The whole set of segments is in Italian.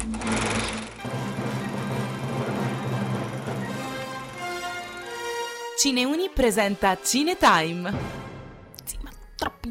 Cineuni presenta Cinetime. Sì, ma troppi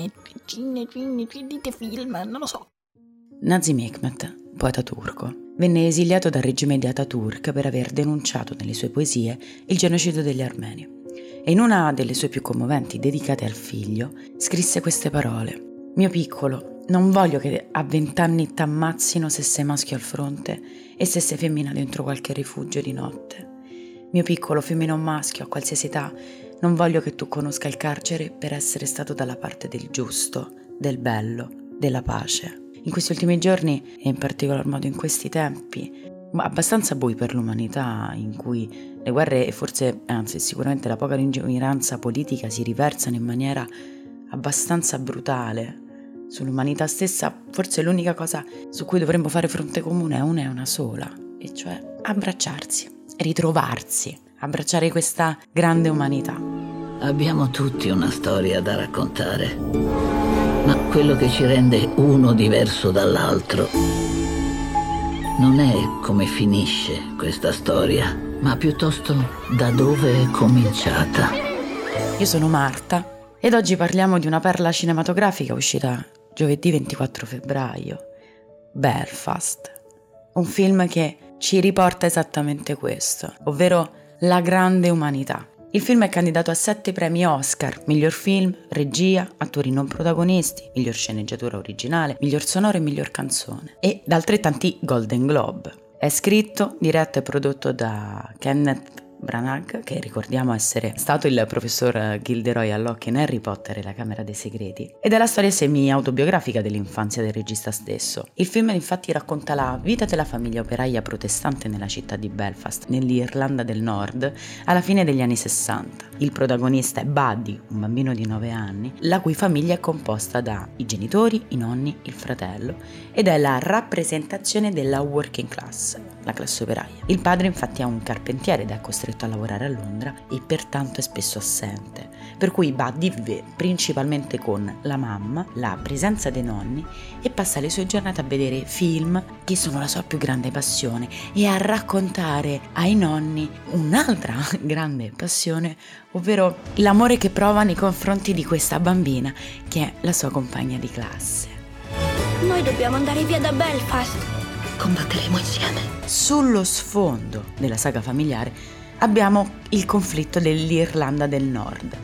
dite film, non lo so. Nazım Hikmet, poeta turco, venne esiliato dal regime di Ataturk per aver denunciato nelle sue poesie il genocidio degli armeni. E in una delle sue più commoventi, dedicate al figlio, scrisse queste parole: «Mio piccolo, non voglio che a 20 anni t'ammazzino se sei maschio al fronte e se sei femmina dentro qualche rifugio di notte. Mio piccolo, femmina o maschio, a qualsiasi età, non voglio che tu conosca il carcere per essere stato dalla parte del giusto, del bello, della pace». In questi ultimi giorni, e in particolar modo in questi tempi, abbastanza bui per l'umanità, in cui le guerre e forse, anzi sicuramente la poca lungimiranza politica si riversano in maniera abbastanza brutale sull'umanità stessa, forse l'unica cosa su cui dovremmo fare fronte comune è una sola, e cioè abbracciarsi, ritrovarsi, abbracciare questa grande umanità. Abbiamo tutti una storia da raccontare. Ma quello che ci rende uno diverso dall'altro non è come finisce questa storia, ma piuttosto da dove è cominciata. Io sono Marta ed oggi parliamo di una perla cinematografica uscita giovedì 24 febbraio, Belfast. Un film che ci riporta esattamente questo, ovvero la grande umanità. Il film è candidato a 7 premi Oscar: miglior film, regia, attori non protagonisti, miglior sceneggiatura originale, miglior sonoro e miglior canzone, e da altrettanti Golden Globe. È scritto, diretto e prodotto da Kenneth Branagh, che ricordiamo essere stato il professor Gilderoy Allocke in Harry Potter e la Camera dei Segreti, ed è la storia semi-autobiografica dell'infanzia del regista stesso. Il film infatti racconta la vita della famiglia operaia protestante nella città di Belfast, nell'Irlanda del Nord, alla fine degli anni 60. Il protagonista è Buddy, un bambino di 9 anni, la cui famiglia è composta da i genitori, i nonni, il fratello, ed è la rappresentazione della working class, la classe operaia. Il padre infatti è un carpentiere ed è costretto a lavorare a Londra e pertanto è spesso assente, per cui Buddy vive principalmente con la mamma, la presenza dei nonni, e passa le sue giornate a vedere film che sono la sua più grande passione e a raccontare ai nonni un'altra grande passione, ovvero l'amore che prova nei confronti di questa bambina che è la sua compagna di classe. Noi dobbiamo andare via da Belfast. Combatteremo insieme. Sullo sfondo della saga familiare abbiamo il conflitto dell'Irlanda del Nord,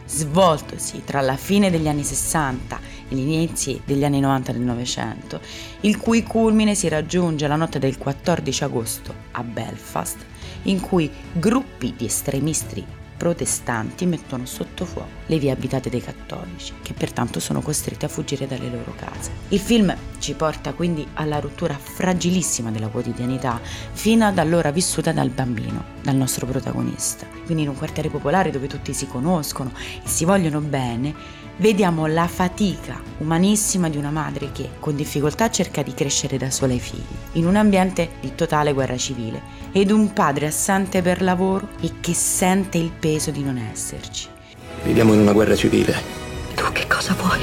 svoltosi tra la fine degli anni 60 e gli inizi degli anni 90 del Novecento, il cui culmine si raggiunge la notte del 14 agosto a Belfast, in cui gruppi di estremisti protestanti mettono sotto fuoco le vie abitate dai cattolici, che pertanto sono costretti a fuggire dalle loro case. Il film ci porta quindi alla rottura fragilissima della quotidianità, fino ad allora vissuta dal bambino, dal nostro protagonista. Quindi in un quartiere popolare dove tutti si conoscono e si vogliono bene, vediamo la fatica umanissima di una madre che con difficoltà cerca di crescere da sola i figli, in un ambiente di totale guerra civile, ed un padre assente per lavoro e che sente il peso di non esserci. Viviamo in una guerra civile. Tu che cosa vuoi?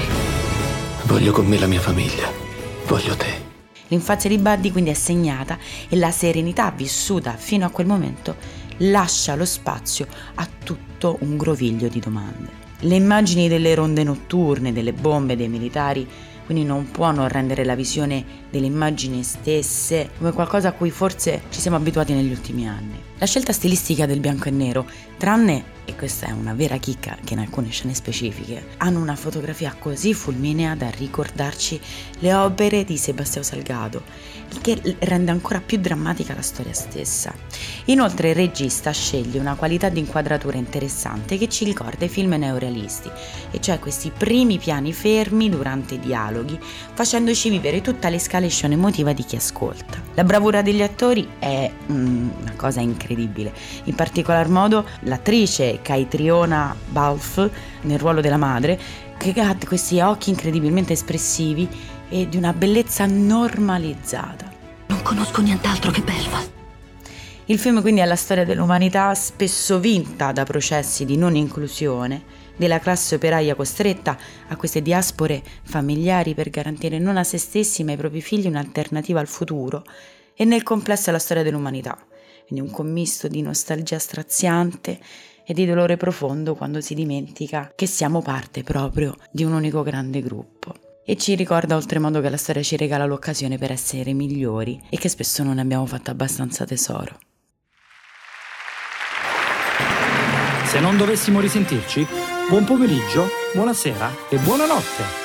Voglio con me la mia famiglia. Voglio te. L'infanzia di Buddy quindi è segnata e la serenità vissuta fino a quel momento lascia lo spazio a tutto un groviglio di domande. Le immagini delle ronde notturne, delle bombe, dei militari, quindi non può non rendere la visione delle immagini stesse come qualcosa a cui forse ci siamo abituati negli ultimi anni. La scelta stilistica del bianco e nero, tranne, e questa è una vera chicca, che in alcune scene specifiche hanno una fotografia così fulminea da ricordarci le opere di Sebastião Salgado, il che rende ancora più drammatica la storia stessa. Inoltre il regista sceglie una qualità di inquadratura interessante che ci ricorda i film neorealisti, e cioè questi primi piani fermi durante i dialoghi, facendoci vivere tutta l'escalation emotiva di chi ascolta. La bravura degli attori è una cosa incredibile, in particolar modo l'attrice Caitriona Balfe nel ruolo della madre, che ha questi occhi incredibilmente espressivi e di una bellezza normalizzata. Non conosco nient'altro che Belfast. Il film quindi è la storia dell'umanità, spesso vinta da processi di non inclusione, della classe operaia costretta a queste diaspore familiari per garantire non a se stessi ma ai propri figli un'alternativa al futuro, e nel complesso è la storia dell'umanità, quindi un commisto di nostalgia straziante e di dolore profondo quando si dimentica che siamo parte proprio di un unico grande gruppo. E ci ricorda oltremodo che la storia ci regala l'occasione per essere migliori e che spesso non ne abbiamo fatto abbastanza tesoro. Se non dovessimo risentirci, buon pomeriggio, buonasera e buonanotte.